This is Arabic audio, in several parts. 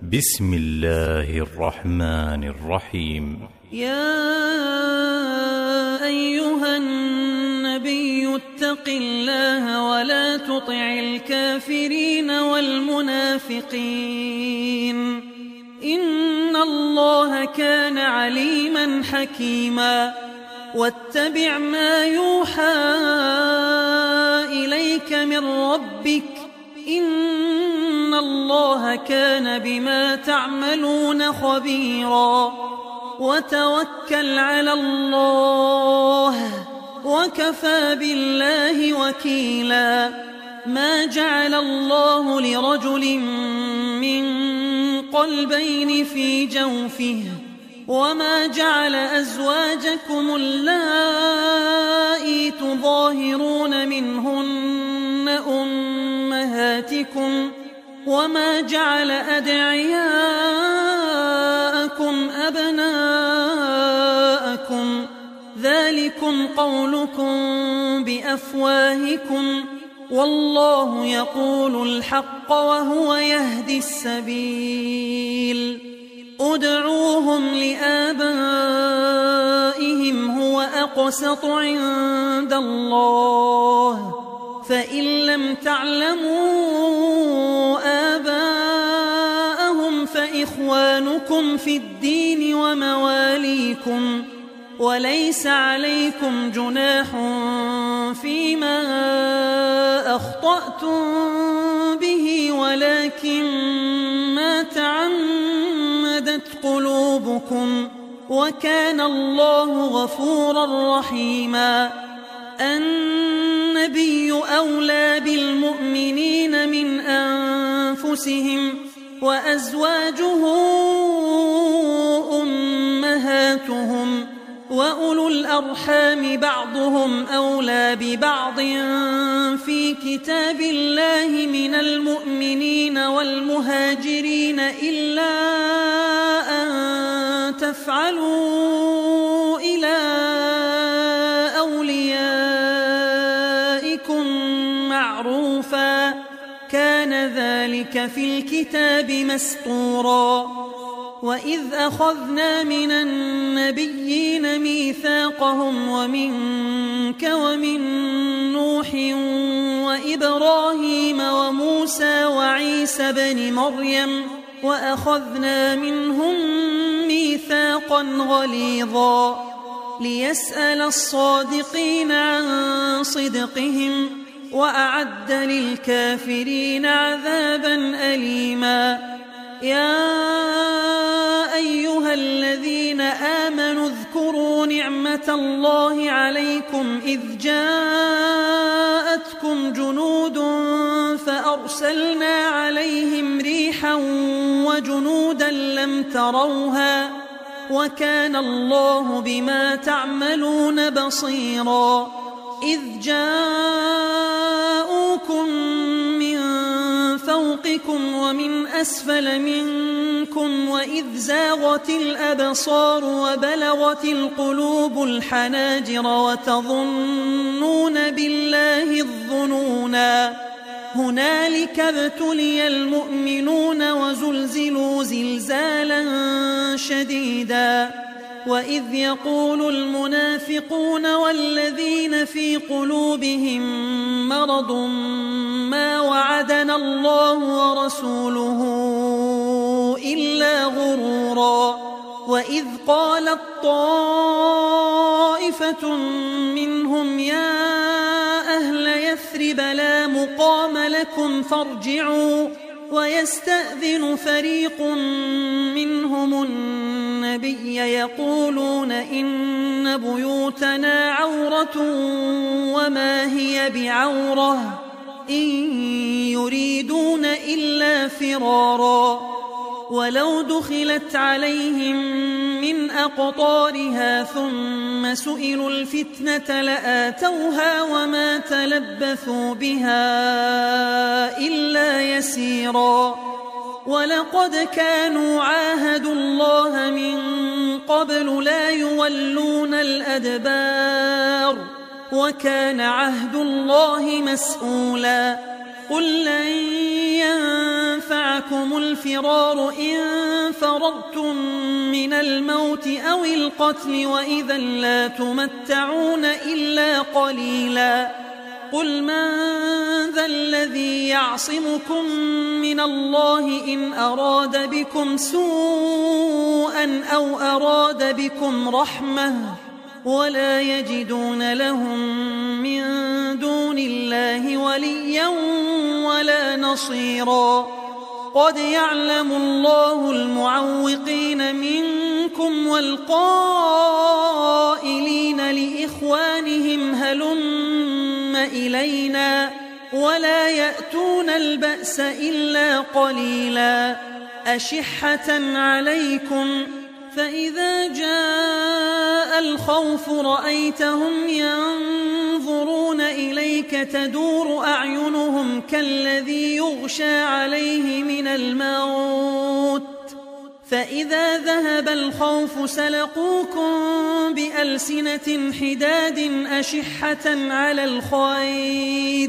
بسم الله الرحمن الرحيم. يا أيها النبي اتق الله ولا تطع الكافرين والمنافقين إن الله كان عليما حكيما. واتبع ما يوحى إليك من ربك إن الله كان بما تعملون خبيرا. وتوكل على الله وكفى بالله وكيلا. ما جعل الله لرجل من قلبين في جوفه وما جعل أزواجكم اللائي تظاهرون منهن أمهاتكم وما جعل أدعياءكم أبناءكم ذلكم قولكم بأفواهكم والله يقول الحق وهو يهدي السبيل. ادعوهم لآبائهم هو أقسط عند الله فإن لم تعلموا آباءهم فإخوانكم في الدين ومواليكم وليس عليكم جناح فيما أخطأتم به ولكن ما تعمدت قلوبكم وكان الله غفورا رحيما. النبي أولى بالمؤمنين من أنفسهم وأزواجه أمهاتهم وأولو الأرحام بعضهم أولى ببعض في كتاب الله من المؤمنين والمهاجرين إلا أن تفعلوا إلى أوليائكم معروفا كان ذلك في الكتاب مسطورا. وإذ أخذنا من النبيين ميثاقهم ومنك ومن نوح وإبراهيم وموسى وعيسى بن مريم وأخذنا منهم ميثاقا غليظا ليسأل الصادقين عن صدقهم وأعد للكافرين عذابا أليما. يا أيها الذين آمنوا اذكروا نعمة الله عليكم إذ جاءتكم جنود فأرسلنا عليهم ريحا وجنودا لم تروها وكان الله بما تعملون بصيرا. إذ جاءوكم من فوقكم ومن أسفل منكم وإذ زاغت الأبصار وبلغت القلوب الحناجر وتظنون بالله الظنونا هنالك ابتلي المؤمنون وزلزلوا زلزالا شديدا. وإذ يقول المنافقون والذين في قلوبهم مرض ما وعدنا الله ورسوله إلا غرورا. وإذ قالت طائفة منهم يا أهل يثرب لا مقام لكم فارجعوا ويستأذن فريق منهم النبي يقولون إن بيوتنا عورة وما هي بعورة إن يريدون إلا فرارا. ولو دخلت عليهم من أقطارها ثم سئلوا الفتنة لآتوها وما تلبثوا بها إلا يسيرا. ولقد كانوا عاهدوا الله من قبل لا يولون الأدبار وكان عهد الله مسؤولا. قل لن عليكم الفرار إن فررتم من الموت أو القتل وإذا لا تمتعون إلا قليلا قل من ذا الذي يعصمكم من الله إن أراد بكم سوءا أو أراد بكم رحمة ولا يجدون لهم من دون الله وليا ولا نصيرا قد يعلم الله المعوقين منكم والقائلين لإخوانهم هلم إلينا ولا يأتون البأس إلا قليلا أشحة عليكم فإذا جاء الخوف رأيتهم ينظرون إليك تدور أعينهم كالذي يغشى عليه من الموت فإذا ذهب الخوف سلقوكم بألسنة حداد أشحة على الخير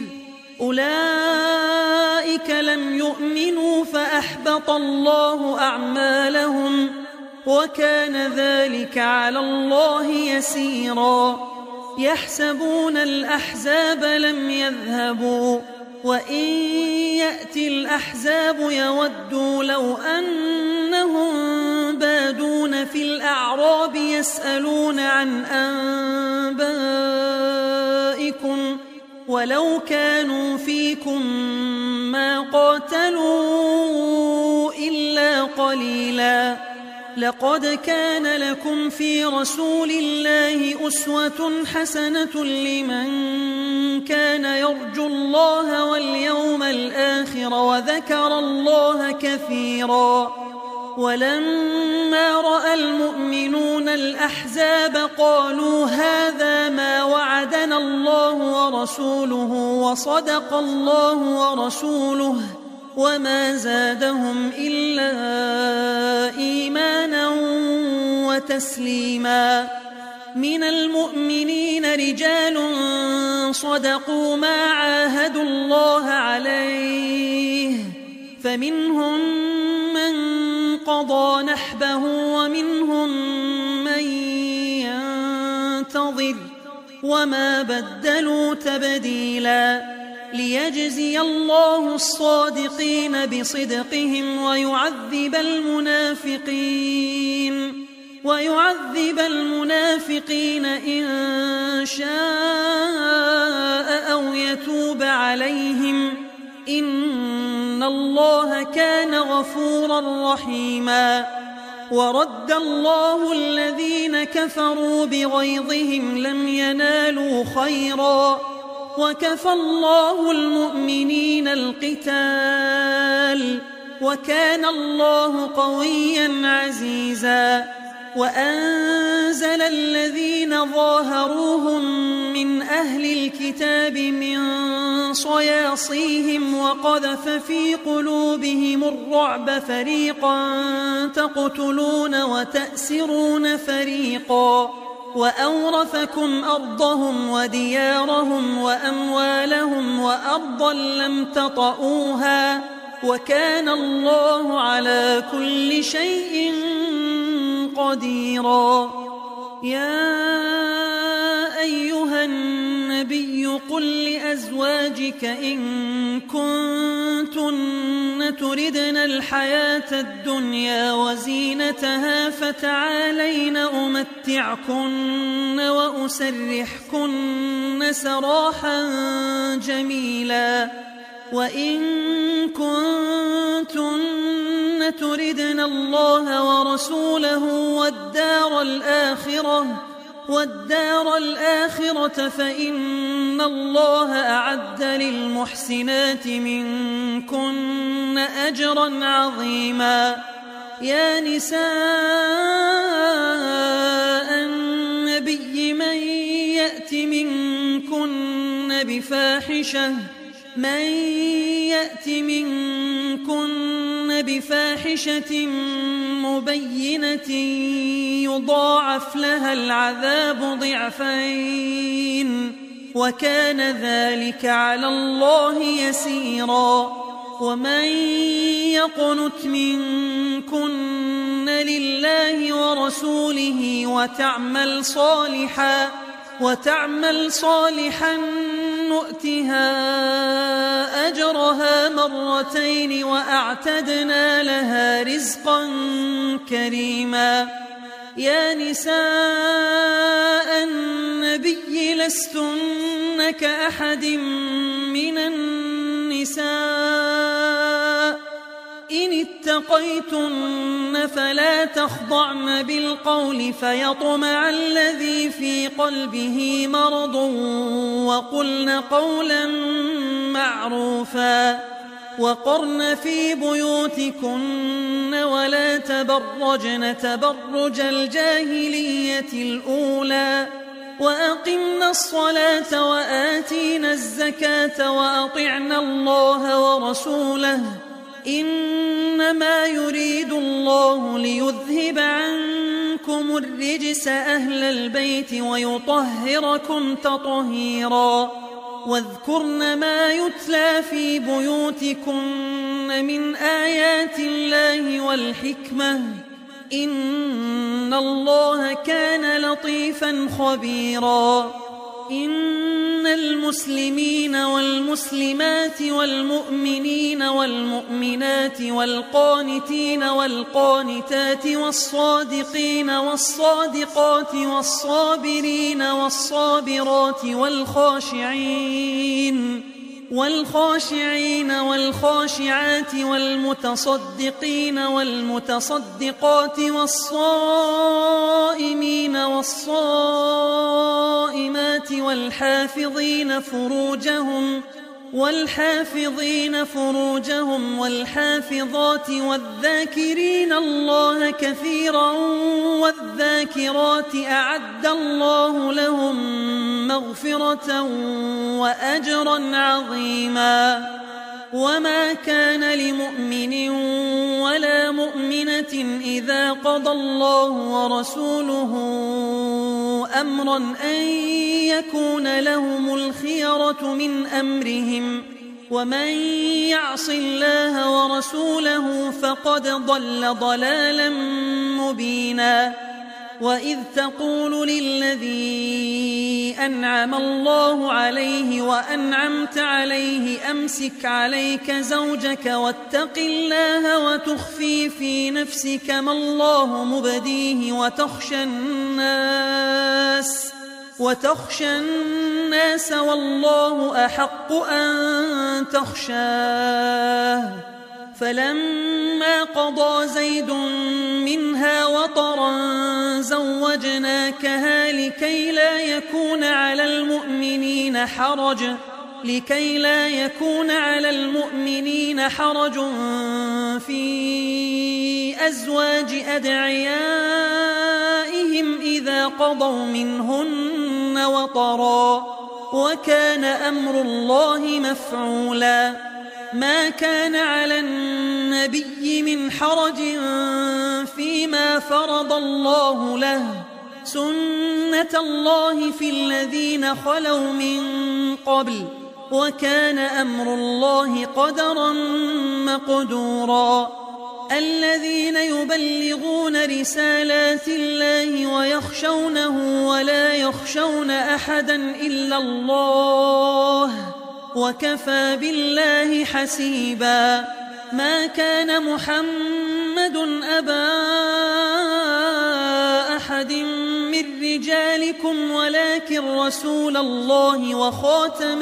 أولئك لم يؤمنوا فأحبط الله أعمالهم وكان ذلك على الله يسيرا يحسبون الأحزاب لم يذهبوا وإن يأتي الأحزاب يودوا لو أنهم بادون في الأعراب يسألون عن أنبائكم ولو كانوا فيكم ما قاتلوا إلا قليلا لقد كان لكم في رسول الله أسوة حسنة لمن كان يرجو الله واليوم الآخر وذكر الله كثيرا ولما رأى المؤمنون الأحزاب قالوا هذا ما وعدنا الله ورسوله وصدق الله ورسوله وما زادهم إلا إيمانا وتسليما من المؤمنين رجال صدقوا ما عاهدوا الله عليه فمنهم من قضى نحبه ومنهم من ينتظر وما بدلوا تبديلا ليجزي الله الصادقين بصدقهم ويعذب المنافقين إن شاء أو يتوب عليهم إن الله كان غفورا رحيما ورد الله الذين كفروا بغيظهم لم ينالوا خيرا وكفى الله المؤمنين القتال وكان الله قويا عزيزا وأنزل الذين ظاهروهم من أهل الكتاب من صياصيهم وقذف في قلوبهم الرعب فريقا تقتلون وتأسرون فريقا وأورثكم أرضهم وديارهم وأموالهم وأرضا لم تطئوها وكان الله على كل شيء قديرا يا أيها النبي قل لأزواجك إن كنتن تردن الحياة الدنيا وزينتها فتعالين أمتعكن وأسرحكن سراحا جميلا وإن كنتن تردن الله ورسوله والدار الآخرة فإن الله أعد للمحسنات منكن أجرا عظيما يا نساء النبي من يأت منكن بفاحشة مبينة يضاعف لها العذاب ضعفين وكان ذلك على الله يسيرا ومن يقنت منكن لله ورسوله وتعمل صالحا نؤتها أجرها مرتين وأعتدنا لها رزقا كريما. يا نساء النبي لستن كأحد من النساء إن اتقيتن فلا تخضعن بالقول فيطمع الذي في قلبه مرض وقلن قولا معروفا. وقرن في بيوتكن ولا تبرجن تبرج الجاهلية الأولى وأقمنا الصلاة وآتينا الزكاة وأطعنا الله ورسوله إنما يريد الله ليذهب عنكم الرجس أهل البيت ويطهركم تطهيرا. واذكرن ما يتلى في بيوتكن من آيات الله والحكمة إن الله كان لطيفا خبيرا. إن المسلمين والمسلمات والمؤمنين والمؤمنات والقانتين والقانتات والصادقين والصادقات والصابرين والصابرات والخاشعين والخاشعات والمتصدقين والمتصدقات والصائمين والصائمات والحافظين فروجهم والحافظات والذاكرين الله كثيرا والذاكرات أعد الله لهم مغفرة وأجرا عظيما. وما كان لمؤمن ولا مؤمنة إذا قضى الله ورسوله أمرا أن يكون لهم الخيرة من أمرهم ومن يعص الله ورسوله فقد ضل ضلالا مبينا. وإذ تقول للذي أنعم الله عليه وأنعمت عليه أمسك عليك زوجك واتق الله وتخفي في نفسك ما الله مبديه وتخشى الناس والله أحق أن تخشاه. فلما قضى زيد منها وطرا زوجناكها لكي لا يكون على المؤمنين حرج في أزواج أدعيائهم إذا قضوا منهن وطرا وكان أمر الله مفعولا. ما كان على النبي من حرج فيما فرض الله له سنة الله في الذين خلوا من قبل وكان أمر الله قدرا مقدورا. الذين يبلغون رسالات الله ويخشونه ولا يخشون أحدا إلا الله وكفى بالله حسيبا. ما كان محمد أبا أحد من رجالكم ولكن رسول الله وخاتم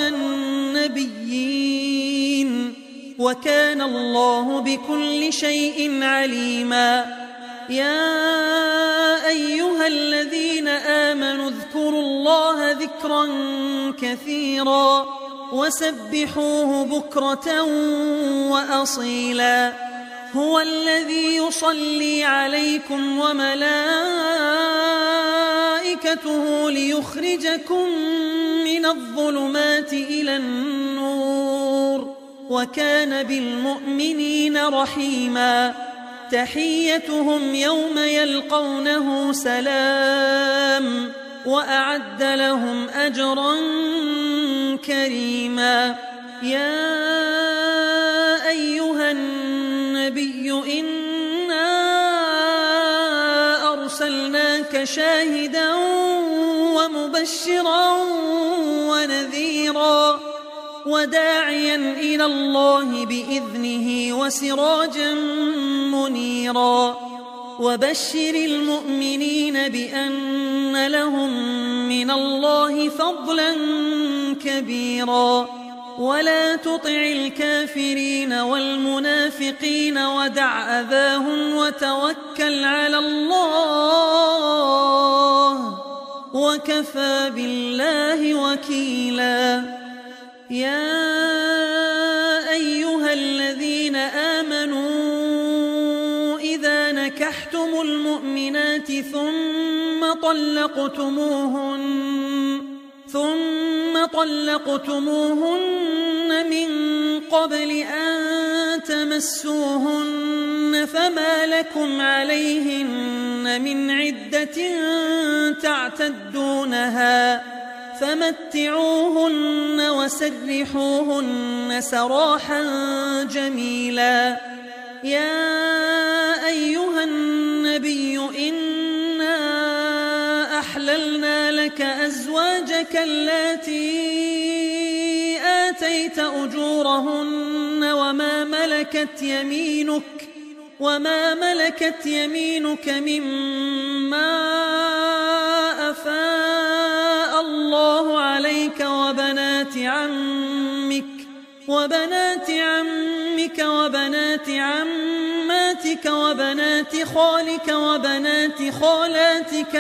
النبيين وكان الله بكل شيء عليما. يا أيها الذين آمنوا اذكروا الله ذكرا كثيرا وسبحوه بكرة وأصيلا. هو الذي يصلي عليكم وملائكته ليخرجكم من الظلمات إلى النور وكان بالمؤمنين رحيما. تحيتهم يوم يلقونه سلام وأعد لهم أجرا كريما. يا أيها النبي النبي إنا أرسلناك شاهدا ومبشرا ونذيرا وداعيا إلى الله بإذنه وسراجا منيرا وبشر المؤمنين بأن لهم من الله فضلا كبيرا ولا تطع الكافرين والمنافقين ودع أذاهم وتوكل على الله وكفى بالله وكيلا. يا أيها الذين آمنوا إذا نكحتم المؤمنات ثم طلقتموهن من قبل أن تمسوهن فما لكم عليهن من عدة تعتدونها فمتعوهن وسرحوهن سراحا جميلا. يا أيها النبي إنا أحللنا لك أزواجك اللاتي آتيت أجورهن وما ملكت يمينك مما أفاء الله عليك وبنات عمك وبنات عماتك وبنات خالك وبنات خالاتك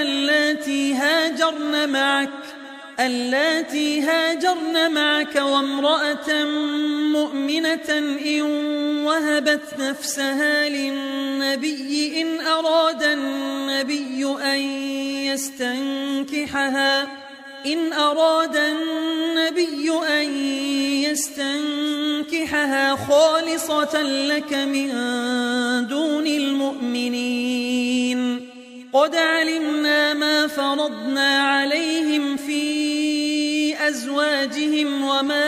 اللاتي هاجرن معك وامرأة مؤمنة إن وهبت نفسها للنبي إن أراد النبي أن يستنكحها خالصة لك من دون المؤمنين. قد علمنا ما فرضنا عليهم في أزواجهم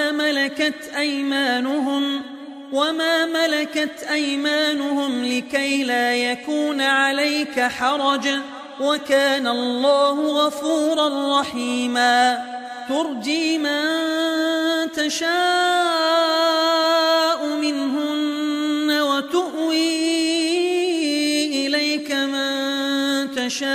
وما ملكت أيمانهم لكي لا يكون عليك حرج وكان الله غفورا رحيما. ترجي من تشاء منهن وتؤوي إليك من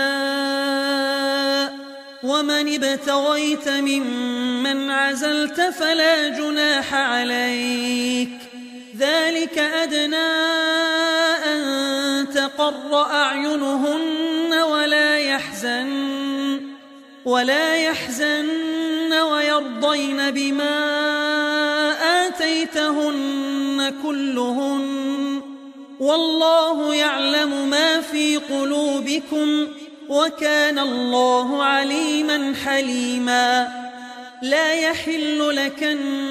تشاء ومن ابتغيت ممن عزلت فلا جناح عليك. ذلك أدنى أن تقر أعينهن ولا يحزن ويرضين بما آتيتهن كلهن والله يعلم ما في قلوبكم وكان الله عليما حليما. لا يحل لك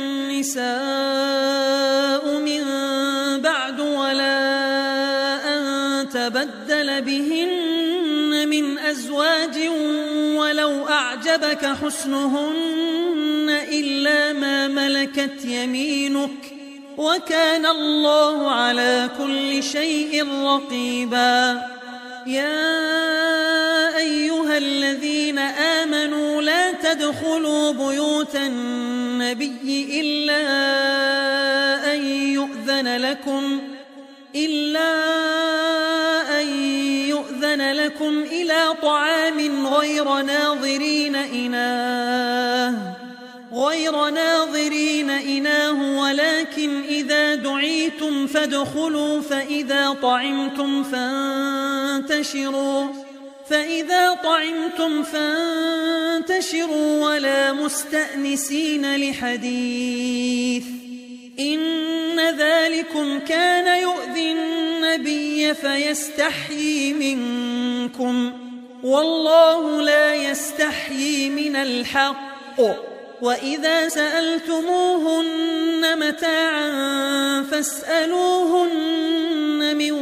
النساء من بعد ولا أن تبدل بهن من أزواج ولو أعجبك حسنهن إلا ما ملكت يمينك وكان الله على كل شيء رقيبا. يا أيها الذين آمنوا لا تدخلوا بيوت النبي إلا أن يؤذن لكم إلى طعام غير ناظرين إناه ولكن إذا دعيتم فادخلوا فإذا طعمتم فانتشروا ولا مستأنسين لحديث إن ذلكم كان يؤذي النبي فيستحيي منكم والله لا يستحيي من الحق. وإذا سألتموهن متاعا فاسألوهن من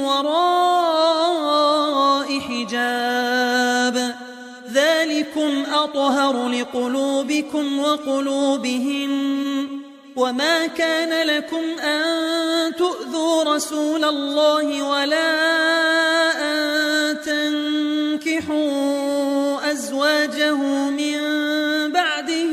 وراء حجاب ذلكم أطهر لقلوبكم وقلوبهن وما كان لكم أن تؤذوا رسول الله ولا أن تنكحوا أزواجه من بعده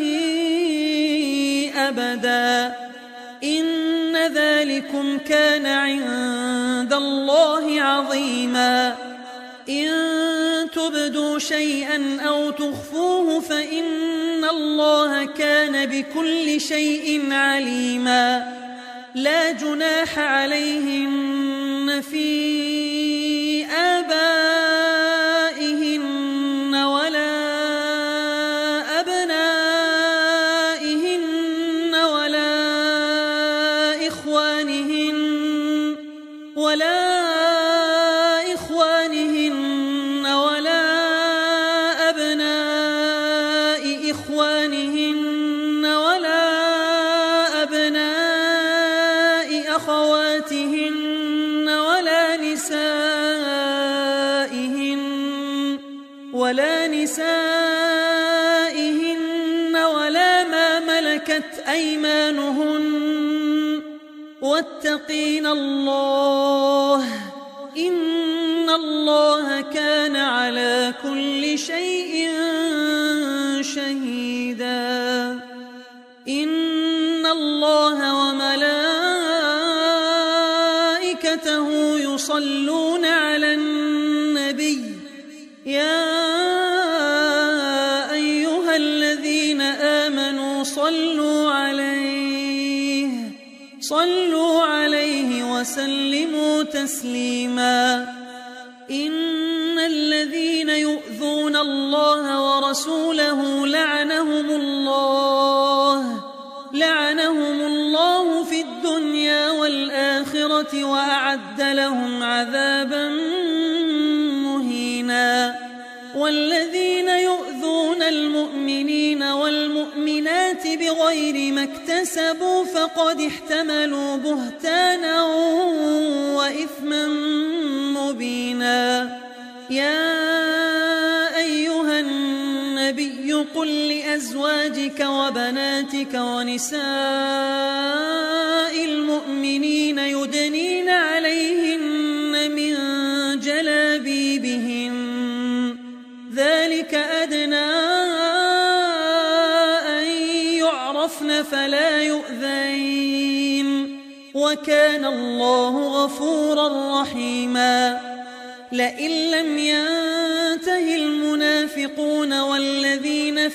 أبدا إن ذلكم كان عند الله عظيما إن تبدوا شيئا أو تخفوه فإن الله كان بكل شيء عليما لا جناح عليهن في آبائهن ولا أبنائهن ولا إخوانهن ولا أبناء إخوانهن ولا أبناء أخواتهن ولا نسائهن ولا ما ملكت أيمانهن واتقين الله إن الله كان على كل شيء شهيدا إن الله وملائكته يصلون على النبي يا أيها الذين آمنوا صلوا عليه وسلموا تسليما إن الذين يؤذون الله ورسوله لعنهم الله في الدنيا والآخرة وأعد لهم عذابا مهينا والذين يؤذون المؤمنين والمؤمنات بغير ما اكتسبوا فقد احتملوا بهتانا وإثما مبينا يا أيها النبي قل لأزواجك وبناتك ونساء المؤمنين يدنين عليهن من جلابيبهن ذلك أدنى أن يعرفن فلا يؤذين وكان الله غفورا رحيما لئن لم ينته المنافقون والذين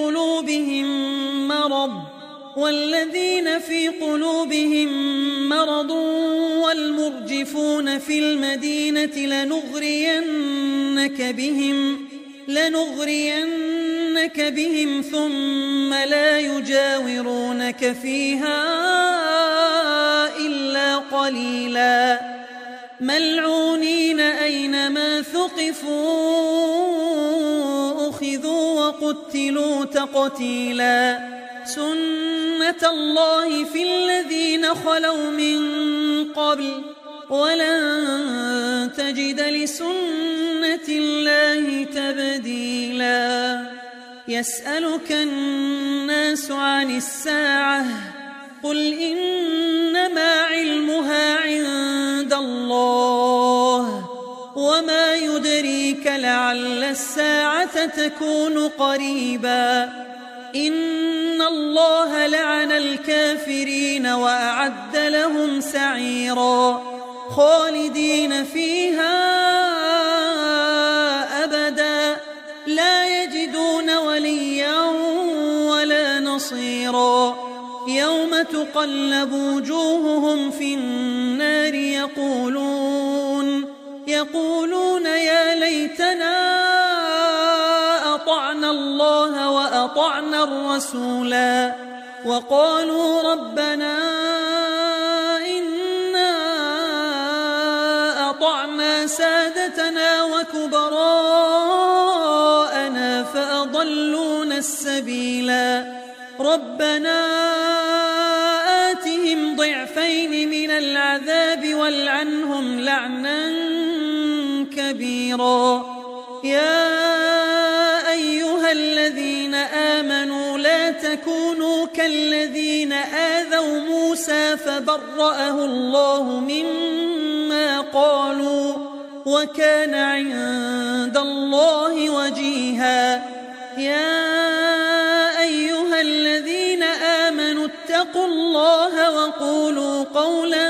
في قلوبهم مرض والمرجفون في المدينة لنغرينك بهم ثم لا يجاورونك فيها إلا قليلا ملعونين أينما ثقفوا أخذوا وقتلوا تقتيلا سنة الله في الذين خلوا من قبل ولن تجد لسنة الله تبديلا يسألك الناس عن الساعة قل إنما علمها عند الله وما يدريك لعل الساعة تكون قريبا إن الله لعن الكافرين وأعد لهم سعيرا خالدين فيها أبدا لا يجدون وليا ولا نصيرا يوم تقلب وجوههم في النار يقولون يا ليتنا أطعنا الله وأطعنا الرسولا وقالوا ربنا إنا أطعنا سادتنا وكبراءنا فأضلونا السبيلا ربنا آتهم ضعفين من العذاب والعنهم لعنا كبيرا يا أيها الذين آمنوا لا تكونوا كالذين آذوا موسى فبرأه الله مما قالوا وكان عند الله وجيها. يا أيها الذين آمنوا اتقوا الله وقولوا قولا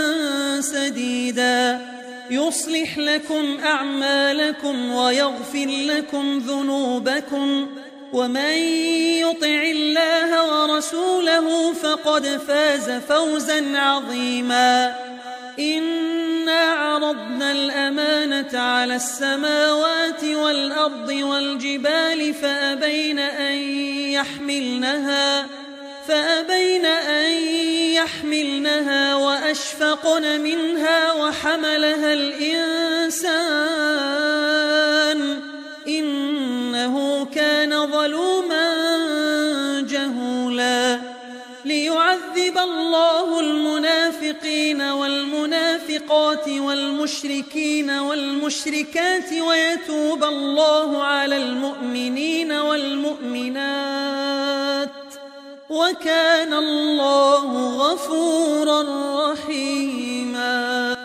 سديدا يصلح لكم أعمالكم ويغفر لكم ذنوبكم ومن يطع الله ورسوله فقد فاز فوزا عظيما. إنا عرضنا الأمانة على السماوات والأرض والجبال فأبين أن يحملنها وأشفقن منها وحملها الإنسان إنه كان ظلوما جهولا. ليعذب الله المنافقين والمنافقات والمشركين والمشركات ويتوب الله على المؤمنين والمؤمنات وكان الله غفورا رحيما.